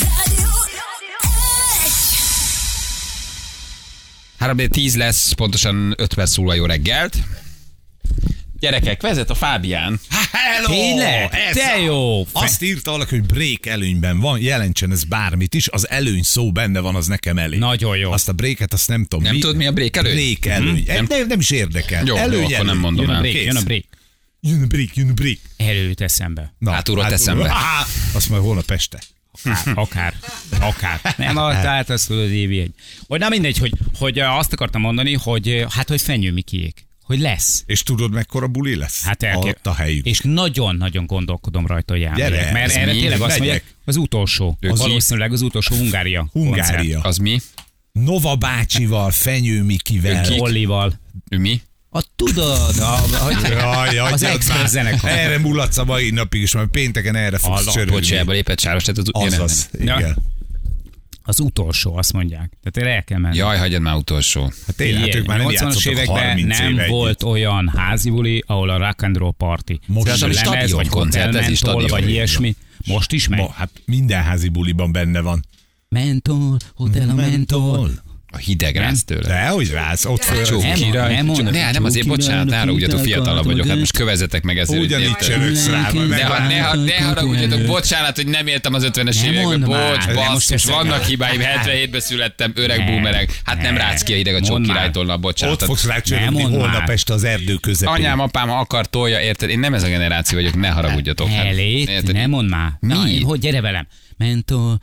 3:10 lesz, pontosan 5 perc múlva jó reggelt. Gyerekek, vezet a Fábián. Hello! Tényleg? Te jó! Azt írta valaki, hogy break előnyben van, jelentsen ez bármit is, az előny szó benne van, az nekem elég. Nagyon jó. Azt a breaket, azt nem tudom. Nem tudod, mi a break előny? Break előny. Nem is érdekel. Jó, akkor nem mondom el. Jön a break. Jön a break. Előtt eszembe. Hátulról eszembe. Azt majd holnap este. Akár. Nem, tehát azt tudod, Évi egy. Vagy nem mindegy, hogy azt akartam mondani, hogy Fenyő Mikiék. Hogy lesz. És tudod, mekkora buli lesz? Hát ott a helyük. És nagyon-nagyon gondolkodom rajta, hogy elmegyek. Mert erre tényleg azt mondják, az utolsó. Valószínűleg az utolsó Hungária. Az mi? Nova bácsival, Fenyő Mikivel. Ollival. Ő mi? Tudod, az Express zenekar. Erre mulatsz a mai napig is, majd pénteken erre fogsz csörögni. Bocsájába lépett sáros, tehát azaz, igen. Az utolsó, azt mondják. Tehát el kell menni. Jaj, hagyjad már utolsó. Hát tényleg, ők már nem 80-as években nem volt olyan házi buli, ahol a rock and roll party. Most a stadion koncert, ez is stadion. Vagy ilyesmi. Most is megy. Hát minden házi buliban benne van. Mentol, hotel a mentol. A hideg rász tőle. Dehogy rász, ott föl. Nem azért, bocsánat, ne haragudjatok, fiatalabb vagyok, hát most kövezzetek meg ezért. Ugyanígy csöröksz rá. Ne haragudjatok, bocsánat, hogy nem éltem az 50-es években. Bocs, basszus, vannak hibáim, 77-ben születtem, öreg boomerek. Hát nem rác ki a hideg a csók királytól, bocsánat. Ott fogsz rácsörögni holnap este az erdő közepén. Anyám, apám, ha akar, tolja, érted? Én nem ez a generáció vagyok, ne haragudjatok. Ne mondd már. Hogy gyere velem. Mentol,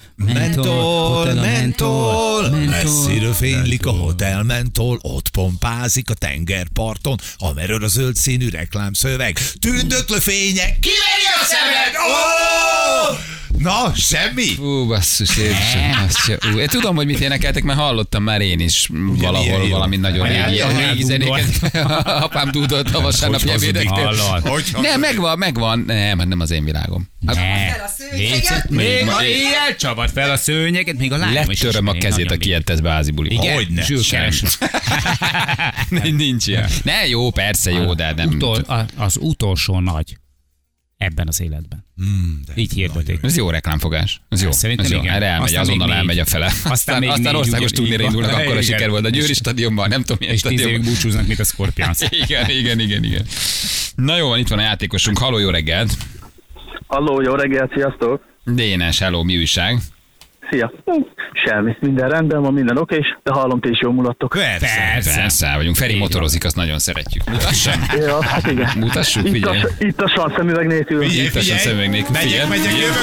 messziről fénylik a hotel mentol, ott pompázik a tengerparton, amerről a zöld színű reklámszöveg, tündöklő fények, kiveri a szemed! Oh! Na, semmi? Fú, basszus, én tudom, hogy mit énekeltek, mert hallottam már én is valahol valami nagyon régi zenéket. Apám dúdolt a vasárnapi ebédeknél. Nem, megvan. Nem az én világom. Még ma éjjel csapad fel a szőnyeget, még a lányom is. Letöröm a kezét, aki ilyet tesz be házi buliba. Hogyne? Nincs ilyen. Ne, jó, persze, jó, de nem. Az utolsó nagy ebben az életben. Így hirdetik. Ez jó reklámfogás. Ez jó. Szerintem ez jó. igen. Erre elmegy, Aztán azonnal még elmegy négy. a fele. Aztán Aztán országos turnére indulnak, akkor a Igen. siker volt a Győri stadionban, nem tudom milyen És 10 évig stadionban. búcsúznak, mint a Scorpions. Igen. Na jó van, itt van a játékosunk. Halló, jó reggelt. Halló, jó reggelt, sziasztok! Dénes, hello, mi újság? Szia! Semmi, minden rendben van, minden okés, de hallom, ti is jól mulattok. Persze vagyunk. Feri motorozik, azt nagyon szeretjük. Mutassam? Ja, hát igen. Mutassuk, figyelj. Itt a san szemüveg nélkül. Itt a szemüveg nélkül. Figyelj. Megyek, jövök.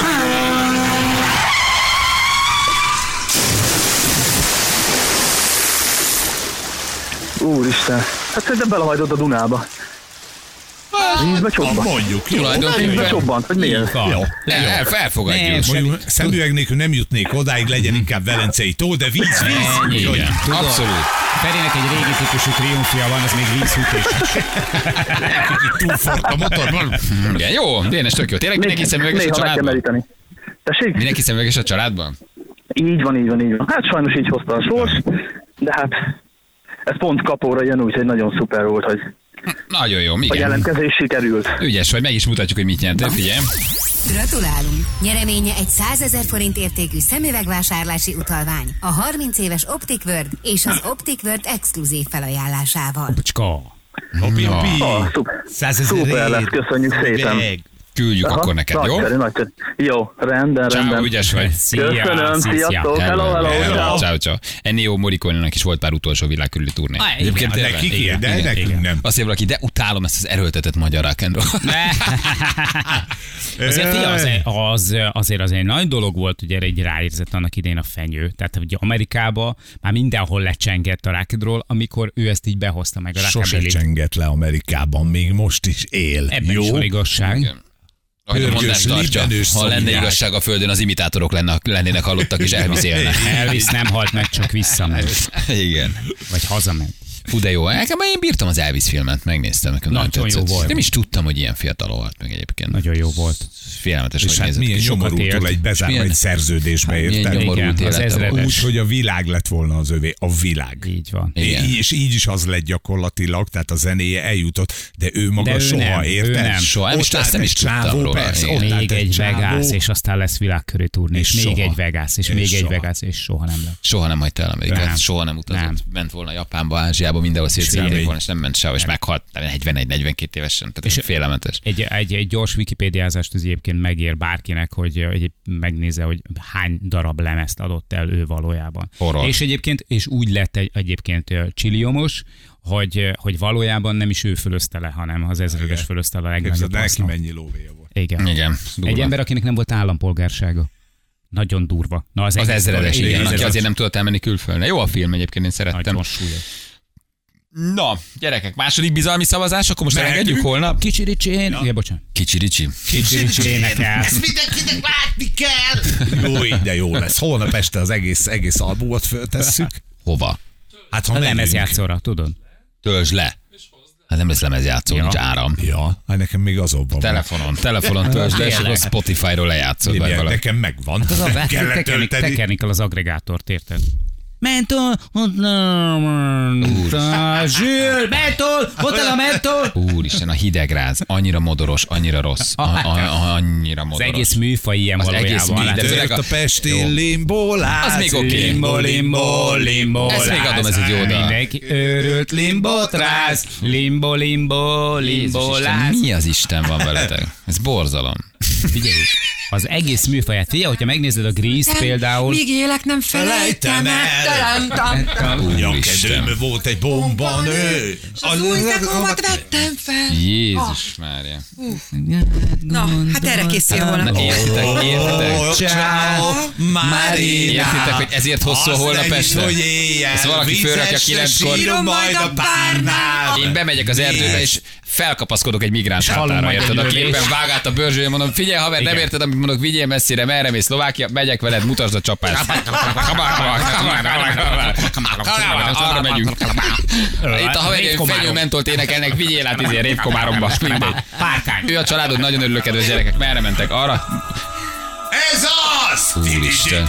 Úristen, hát szerintem belehajdod a Dunába. Vízbe csobban. Mondjuk, jó. Tulajdonképpen- Vízbe csobbant, vagy miért? Jó. Elfogadjuk. Mondjuk szemüveg nélkül nem jutnék odáig, legyen inkább Velencei tó, de víz. Igen, abszolút. Ferinek egy régi típusú triumfja van, az még vízhűtés. Túlfort a motor. Igen, jó, Dénes, tök jó. Tényleg mindenki szemüveges a Néha meg kell családban? meríteni. Tessék? Mindenki szemüveges a családban? Így van. Hát sajnos így hozta a sors, de hát ez pont kapóra jön, úgyhogy nagyon szuper volt, hogy Nagyon jó, a igen. jelentkezés sikerült. Ügyes vagy, meg is mutatjuk, hogy mit nyertél, figyelj. Gratulálunk! Nyereménye egy 100 000 forint értékű szemüvegvásárlási utalvány a 30 éves Optic World és az Optic World exkluzív felajánlásával. Bocska. Hopi. Szuper. 100 000 Szuper lesz, köszönjük szépen. Küldjük akkor neked, jó? Nagyszerű. Jó, rendben. Ciao, ügyes vagy. Köszönöm, sziasztok, hello. Ciao. Ennio Morricone-nak is volt pár utolsó világkörüli turné. Egyébként tényleg. Nekik ilyen, de igen, nekünk igen. nem. Azt mondja valaki, de utálom ezt az erőltetett magyar rock and roll. Azért figyelj, azért egy nagy dolog volt, hogy erre egy ráérzett annak idején a fenyő. Tehát ugye Amerikában már mindenhol lecsengett a rock and roll, amikor ő ezt így behozta meg a Sose rockabilly. csengett le Amerikában, még most is él. Ebben is Jó? van igazság. Igen. Ahogy a mondás Pörgős, tartja, libenős ha lenne szomjás. igazság a földön, az imitátorok lennének halottak, és Elvis élne. Elvis nem halt meg, csak visszament. Igen. Vagy hazament. Fú, de jó. Nekem én bírtam az Elvis filmet, megnéztem. Nekem Nagyon jó tetszett. volt. Nem is tudtam, hogy ilyen fiatal volt meg egyébként. Nagyon jó volt. Félelmetes, És hogy hát nézett milyen ki. nyomorútól élt. egy bezárva Milyen- egy szerződésbe milyen érted? nyomorult Igen, az élete ezredes. volt. Úgy, hogy a világ lett volna az övé. A világ. Így van. Igen. És így is az lett gyakorlatilag, tehát a zenéje eljutott, de ő maga De ő soha nem, ő érted? nem. Soha, nem is Ott állt azt nem egy is tudtam csávó, róla, persze, igen. ott állt Még egy csávó. Vegas, és aztán lesz világkörű turné, és És még soha. egy Vegas, és És még egy soha. Vegas, és soha nem lett. Soha nem hagyta el Amerikát, Nem. soha nem utazott. Nem. Ment volna Japánba, Ázsiába, mindenhol szétszedték Semmi. volna, és nem ment sehol, és meghalt 41-42 évesen, tehát És- félelmetes. Egy gyors wikipédiázást az egyébként megér bárkinek, hogy megnézze, hogy hány darab lemezt adott el ő valójában. Horror. És egyébként és úgy lett egyébként csiliomos, hogy valójában nem is ő fölözte le, hanem az ezredes fölözte le a legnagyobb Képzeld, neki hasznot. mennyi lóvéja volt. Igen. Igen, durva. Egy ember, akinek nem volt állampolgársága. Nagyon durva. Na, Az egész- ezredes, igen, aki ezredes. azért nem tudott elmenni külföldre. Jó a film egyébként, én szerettem. Nagyon súlyos. Na, gyerekek, második bizalmi szavazás, akkor most Mehetünk? elengedjük holnap. Kicsi ricsén. Igen, bocsánat. Kicsi Ricsi. Kicsi ricsén énekel. Mindenkinek látni kell! Jó, de jó lesz. Holnap este az egész albumot föltesszük. Hova? Hát ha A megyünk. lemezjátszóra, tudod? Töltsd le. Hát nem lesz lemezjátszó, Ja. nincs áram. Ja, hát nekem még azon van. Telefonon töltsd le, és akkor Spotify-ról lejátszod. vagy Igen, valami. nekem megvan. Az a Nem kellett tölteni. tekerni kell az agregátort, érted? Mentol, Zsül, mentol, ott el a mentol. Úristen, a hidegráz, annyira modoros, annyira rossz. Annyira Az modoros. egész műfaj ilyen Az egész valójában. műfaj. Hát De ez- főleg Tört a pesti limbolás. Az még oké. Limbo. Ezt még adom, ez egy jó dal. Mindenki őrült limbot ráz. Limbo, Jézus Isten, mi az Isten van veletek? Ez borzalom. Figyelj, az egész műfaját. Figyelj, hogyha megnézed a Grease például. Míg élek, nem felejtem el. Úristen. Kedőm volt egy bombanő. Az új tekómat vettem fel. Jézus Mária. Na, hát erre készül holnap. Értitek? Ciao, Marina. Értitek, hogy ezért hosszú a holnap este? hogy éjjel. Ezt valaki fölrakja 9-kor. Sírom majd a párnál. Én bemegyek az erdőbe, és felkapaszkodok egy migráns hallom hátára, majd érted? egy Aki lövést. éppen vág át a bőrzsőjén, mondom, figyelj haver, nem Igen. érted, amit mondok, vigyél messzire, merre mész, Szlovákia, megyek veled, mutasd a csapást. Arra megyünk. Itt a haverjaim fenyőmentolt énekelnek, vigyél át Révkomáromba. Mindegy. Párkány. Ő a családod, nagyon örülök, kedves gyerekek, merre mentek? Arra? Ez az! Úristen.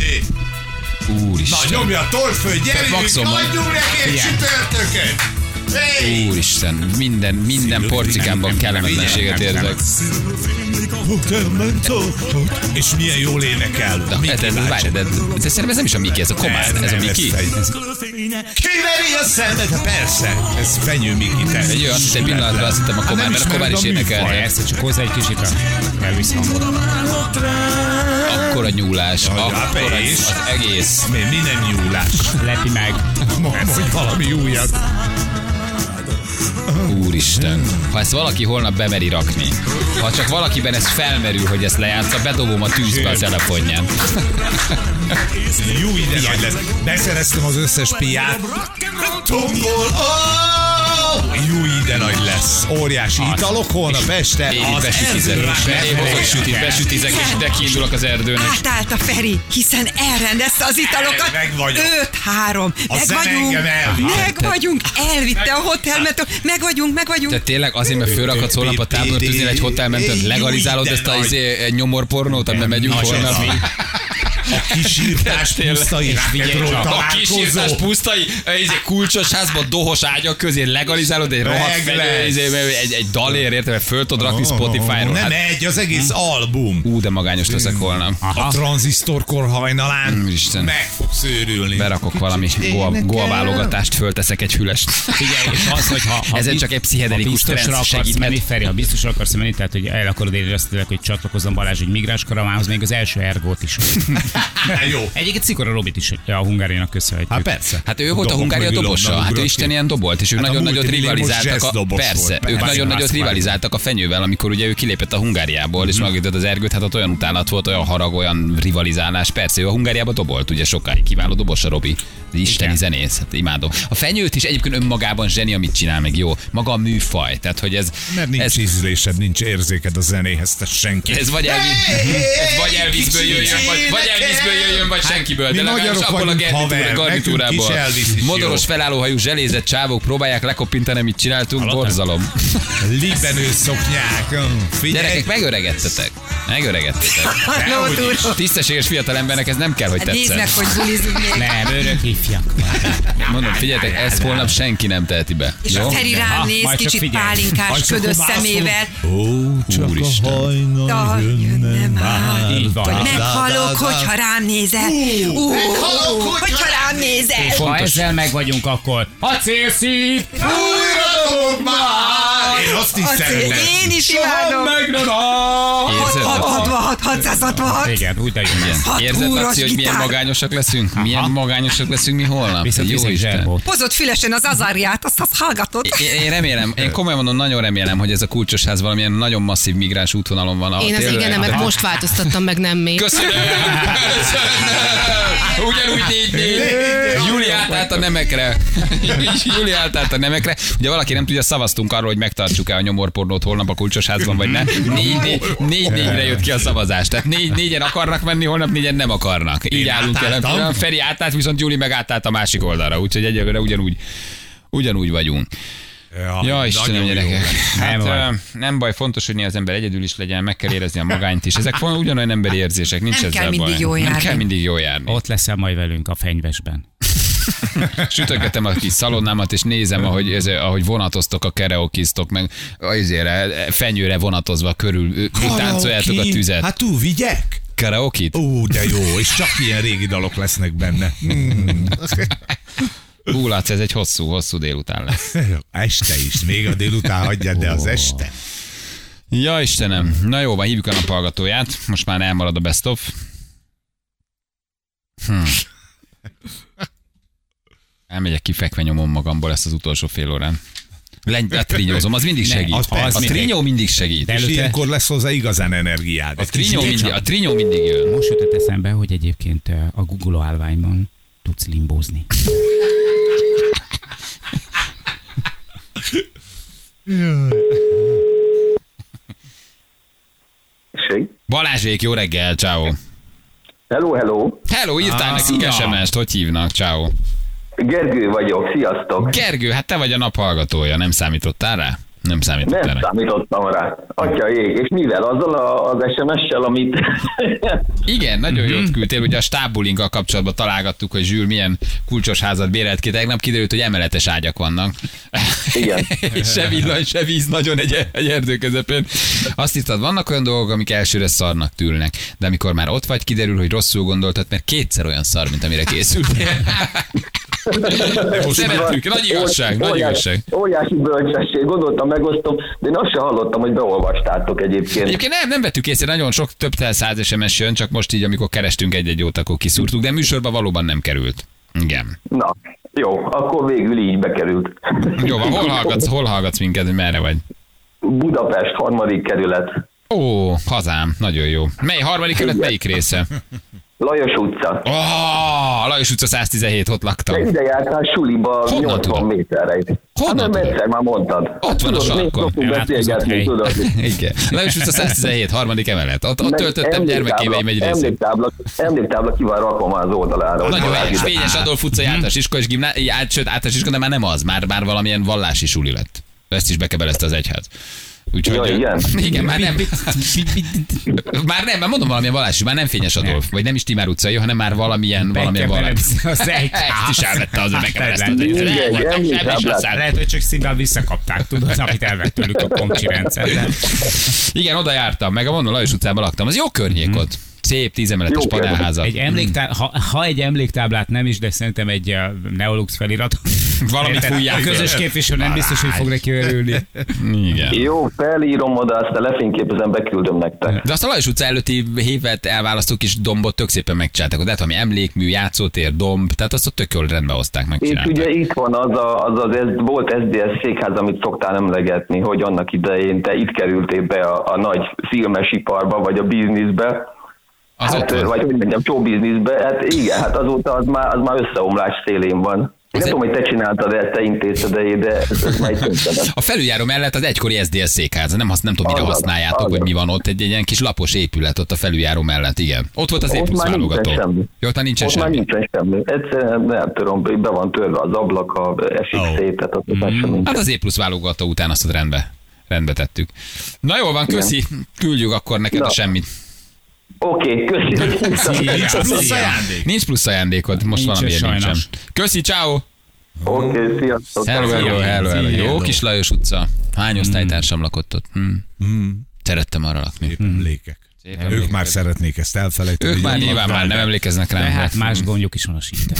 Na Úristen. nyomja a torföld, gyerünk, maximum- adjunk neki egy Figyelj. csütörtököt! Úristen, minden porcikámban kellemetlenséget érzek. És milyen jól énekel. De szerintem ez nem is a Miki, ez a Komár. Ez a Miki. Kiveri a szemed, persze. Ez Fenyő Miki. Egy olyan, azt pillanatban azt hittem a Komár, mert a Komár is énekel. Persze, csak hozzá egy kicsit a Elvis hangot. Akkora nyúlás, akkora az egész. Mi nem nyúlás? Lepi meg. Mondj valami újat. Úristen, ha ezt valaki holnap bemeri rakni, ha csak valakiben ez felmerül, hogy ezt lejátsza, bedobom a tűzbe a telefonján. Jó ide nagy lesz. Beszereztem az összes piát. Tombol. Jó ide nagy lesz. Óriási italok holnap este. Én besütizek, és ide kiindulok az erdőnek. Átállt a Feri, hiszen elrendezte az italokat. Meg vagyok. 5-3. Meg vagyunk. Elvitte a hotelmentőt. Meg vagyunk. Tehát tényleg azért, mert fölrakadsz holnap a tábortűzén egy hotelmentőt, legalizálod ezt a nyomorpornót, amiben megyünk holnap. A kisírtás pusztai rákedról A találkozó. kisírtás pusztai, kulcsos házban dohos ágyak közé legalizálod egy rohadt egy dalért, érted, mert föl tudod rakni Spotify-ról. Nem az egész album. De magányos leszek holnap. A tranzisztorkor hajnalán Isten. meg fogsz őrülni. Berakok valami goa válogatást, fölteszek egy fülest. Figyelj, és az, hogy ha ezen csak egy pszichedelikus trend segít. Feri, ha biztosra akarsz menni, tehát hogy el akarod érni azt, hogy csatlakozzon Balázs egy migráns karamához, még az első ergót is. Jó. Egyébként Szikora Robit is a Hungáriának köszönhetjük. Hát persze. Hát ő volt a Hungária dobosa, hát ő isten ilyen dobolt, és ők nagyon nagyot rivalizáltak. Persze, ők nagyon nagyot rivalizáltak a Fenyővel, amikor ugye ő kilépett a Hungáriából, és megütött az ergőt, hát ott olyan utálat volt, olyan harag, olyan rivalizálás. Persze, ő a Hungáriába dobolt, ugye sokáig, kiváló dobos a Robi. Isteni zenész, hát imádom. A Fenyőt is egyébként önmagában zseni, amit csinál, meg jó. Maga a műfaj, tehát hogy ez... Mert nincs ízlésed, nincs érzéked a zenéhez, te senki. Ez vagy Elvisből jöjjön, vagy senkiből. De legalábbis abból a garnitúrából. Modoros felállóhajú zselézett csávok próbálják lekoppintani, amit csináltunk, borzalom. Libenő szoknyák. Gyerekek, megöregedtetek. Tisztességes fiatal embernek ez nem kell, hogy tetszen. Nézd meg, hogy bulizunk még. Nem, örök ifjak. Mondom, figyeljetek, ezt holnap senki nem teheti be. És a Feri rám néz, kicsit pálinkás, ködös szemével. Úristen. Jönne már. Így van. Vagy meghalok, hogyha rám nézel. Hogyha rám nézel. Ha ezzel meg vagyunk, akkor a célszív! Újra már! Én azt is szeretem. Én is imádom. 666. Igen, úgy de jó. Érzed, Laci, hogy milyen magányosak leszünk? Milyen magányosak leszünk mi holnap? Jó Isten. Hozott fülesen az Azariát, azt hallgatod. Én remélem, én komolyan mondom, nagyon remélem, hogy ez a kulcsos ház valamilyen nagyon masszív migráns útvonalon van. Én az igenemet most változtattam meg, nem még. Köszönöm! Ugyanúgy 4-4. Júli átállt a nemekre. Ugye valaki nem tudja, szavaztunk arról, hogy megtartsuk-e a nyomorpornót holnap a kulcsos házban, vagy ne. 4-4-re jött ki a szavazás. Tehát 4-4-en akarnak menni, holnap 4-en nem akarnak. Így állunk el. Feri átállt, viszont Júli meg átállt a másik oldalra. Úgyhogy egyelőre ugyanúgy vagyunk. Ja, Istenem, gyerekek. Hát, nem baj, fontos, hogy az ember egyedül is legyen, meg kell érezni a magányt is. Ezek ugyanolyan emberi érzések, nincs ezzel baj. Nem kell mindig jól járni. Ott leszel majd velünk a fenyvesben. Sütögetem a kis szalonámat, és nézem, ahogy vonatoztok a karaokiztok, meg fenyőre vonatozva körül táncoljátok a tüzet. Hát vigyek? Karaokit? De jó, és csak ilyen régi dalok lesznek benne. Laci, ez egy hosszú délután lesz. Este is, még a délután hagyjad, de az este. Ja, Istenem. Na jó, van, hívjuk a naphallgatóját. Most már elmarad a best of. Elmegyek kifekve, nyomom magamból ezt az utolsó fél órán. Trinyózom, az mindig segít. A trinyó mindig segít. És ilyenkor lesz hozzá igazán energiád. A trinyó mindig jön. Most jutott eszembe, hogy egyébként a Google állványban tudsz limbózni. Balázsék, jó reggel, ciao. Hello. Hello, írtál nekünk SMS-t, hogy hívnak, ciao. Gergő vagyok, sziasztok. Gergő, hát te vagy a nap hallgatója, nem számítottál rá? Nem számítottam Nem rá. számítottam rá. Atya ég. És mivel? Azzal az SMS-sel, amit... Igen, nagyon jót küldtél, ugye a stábbulinkkal kapcsolatban találgattuk, hogy Zsül milyen kulcsos házat bérelt ki. Tegnap kiderült, hogy emeletes ágyak vannak. Igen. Se villany, se víz, nagyon egy erdő közepén. Azt hiszed, vannak olyan dolgok, amik elsőre szarnak tűlnek, de amikor már ott vagy, kiderül, hogy rosszul gondoltad, mert kétszer olyan szar, mint amire készültél. Szeretjük, nagy igazság, nagy igazság. Óriási bölcsesség, gondoltam, megosztom, de én azt sem hallottam, hogy beolvastátok egyébként. Egyébként nem vettük észre, nagyon sok, több 100 SMS jön, csak most így, amikor kerestünk egy-egy jót, akkor kiszúrtuk, de műsorban valóban nem került. Igen. Na, jó, akkor végül így bekerült. Jó, van, hol hallgatsz minket, hogy merre vagy? Budapest, 3. kerület. Ó, hazám, nagyon jó. Mely harmadik kerület, melyik része? Lajos utca. Lajos utca 117, ott laktam. De ide jártál suliba Honnan 80 tudod? méterre. Honnan Hát nem tudod? egyszer már mondtad. Ott van a sarkon. Beszélgetni, tudod. Igen. Lajos utca 117, harmadik emelet. Ott töltöttem gyermekéveim egy részét. Emléktábla ki van rakva már az oldalára. hogy Nagyon hol helyes. áll. Fényes Adolf utcai általános iskola, sőt általános iskola, de már nem az, már valamilyen vallási suli lett. Ezt is bekebelezte az egyház. Úgyhogy, Ja, igen? Igen, már nem. Már mondom valamilyen vallási, már nem Fényes Adolf, vagy nem is Timár utcai, hanem már valamilyen vallási. Az egy Ezt is elvette az, bekebelezte az Mindegy, egyház. emléktáblát. Lehet, hogy csak színben visszakapták, tudod, amit elvett tőlük a komcsi rendszer. Igen, oda jártam, meg a Vonna Lajos utcában laktam. Az jó környék ott. Szép 10 emeletes Jó padárházak. Egy ha egy emléktáblát nem is, de szerintem egy Neolux felirat. Valamit A fújják. közös képviselő nem biztos, hogy fog neki örülni. Igen. Jó, felírom oda, aztán lefényképezem, beküldöm nektek. De azt a Lajos utca előtti hévet elválasztó kis dombot tök szépen megcsinálták. De hát ami emlékmű, játszótér, domb, tehát azt ott tök jól rendbe hozták, Itt megcsinálták. ugye itt van volt SDS székház, amit szoktál emlegetni, hogy annak idején te itt kerültél be a nagy filmesiparba, vagy a bizniszbe. Az Hát, ott van. vagy hogy mondjam, showbizniszbe, hát igen, hát azóta az már összeomlás szélén van. Én nem tudom, hogy te csináltad ezt, te intézted, de ez már egy tönkredet. A felüljáró mellett az egykori SDS székház, nem tudom, mire Azaz, használjátok, azaz. vagy mi van ott, egy ilyen kis lapos épület ott a felüljáró mellett, igen. Ott volt az Ott E plusz már nincsen válogató. semmi. Jó, ott már nincsen Ott már semmi. nincsen semmi. Egyszerűen nem tudom, be van törve az ablaka, esik szét, tehát ott már sem nincs. Hát az E plusz válogató után azt ott rendbe tettük. Na jól van, köszi, küldjük akkor neked Na. a semmit. Oké, köszönöm. Nincs plusz ajándék. Nincs plusz ajándékod, most Nincs, valamiért sajnos. nincsen. Köszi, ciao. Oké, sziasztok. Hello. Jó kis Lajos utca. Hány osztálytársam lakott ott? Szerettem arra lakni. Emlékek. Ők már szeretnék ezt elfelejteni. Ők már hogy nyilván annak már nem emlékeznek De rám. hát más gondjuk is van a síten.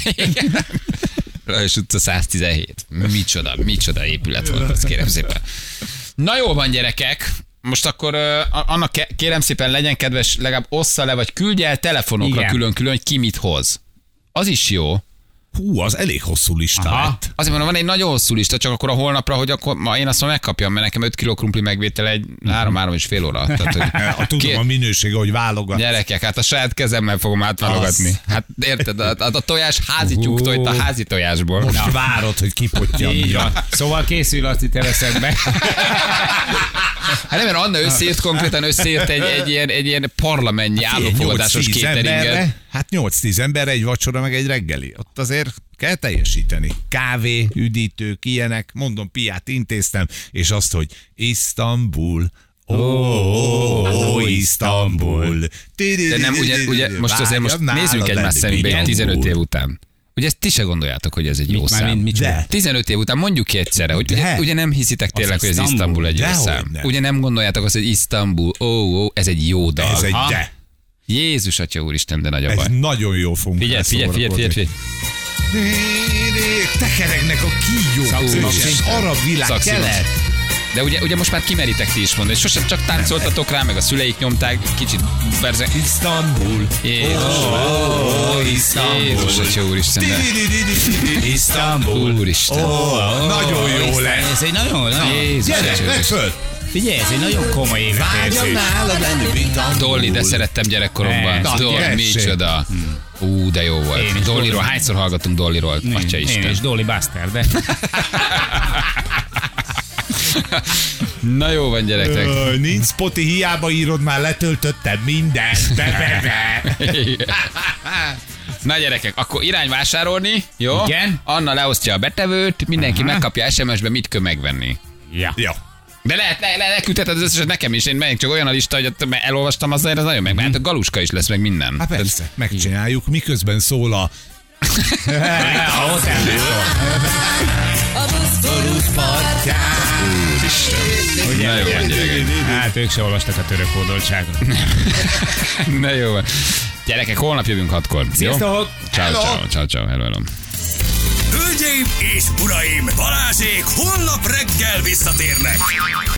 Lajos utca 117. Micsoda épület volt, azt kérem szépen. Na jó van, gyerekek. Most akkor annak kérem szépen legyen kedves, legalább ossza le, vagy küldje el telefonokra Igen. külön-külön, hogy ki mit hoz. Az is jó. Hú, az elég hosszú lista lett. Azért mondom, van egy nagyon hosszú lista, csak akkor a holnapra, hogy akkor én azt mondom, megkapjam, mert nekem 5 kg krumpli megvétel egy 3-3,5 óra. Tehát, hogy Tudom a minősége, hogy válogat. gyerekek, hát a saját kezemmel fogom átválogatni. Az. Hát érted, a tojás házi tyúktojt a házi tojásból. Most várod, hogy kipottyan. Így van. Szóval készül, azt itt veszed be. Hát nem, mert Anna konkrétan összeírt egy ilyen parlamentnyi állófogadásos 8-10 cateringet. emberre, hát 8-10 emberre egy vacsora, meg egy reggeli. Ott azért kell teljesíteni. Kávé, üdítők, ilyenek. Mondom, piát intéztem, és azt, hogy Isztambul, Isztambul. De nem, ugye most azért most nézzünk egymás szemébe egy 15 év után. Ugye ezt ti se gondoljátok, hogy ez egy jó szám. De. 15 év után mondjuk ki egyszerre, hogy De. ugye nem hiszitek tényleg, hogy az Isztambul. Isztambul egy jó Dehogy szám. nem. Ugye nem gondoljátok azt, hogy Isztambul, ez egy jó dal. Ez egy de. Jézus Atya Úristen, de nagy a Ez baj. nagyon jó fogunk Figyelj. Tekeregnek a kígyók, és egy arab világ Szakszínok. kelet. De ugye most már kimeritek ti is mondani, és sosem csak táncoltatok rá, meg a szüleik nyomták, kicsit persze. Isztambul. Jézus Atya Úristen, de Isztambul. Úristen. Nagyon jó lesz. Ez egy nagyon, Jézus Gyere, Atya vedd Úristen. föl. figyelj, ez egy nagyon komoly életérzés. nálad lenni, mint Ambul. Dolly, de szerettem gyerekkoromban. Na, Dolly, tessék. micsoda. De jó Én volt. is Dollyról, Dolly. hányszor hallgatunk Dollyról? Atya Én Isten. és Dolly Buster, de Na jó van, gyerekek. Nincs Spoti, hiába írod, már letöltöttem mindent. Na gyerekek, akkor irány vásárolni, jó? Igen. Anna leosztja a betevőt, mindenki megkapja SMS-be, mit kell megvenni. Ja. Jó. De leküldheted az összeset nekem is, én megyek csak olyan a lista, hogy ott elolvastam azért, az nagyon meg, mert a Galuska is lesz, meg minden. Hát persze, megcsináljuk, miközben szól a... Úristen. Na jó van, gyerekek. Hát ők se olvastak a török hódoltságot. Na jó van. Gyerekek, holnap jövünk 6-kor. Sziasztok! Ciao, hello. Hölgyeim és uraim, Balázsék holnap reggel visszatérnek.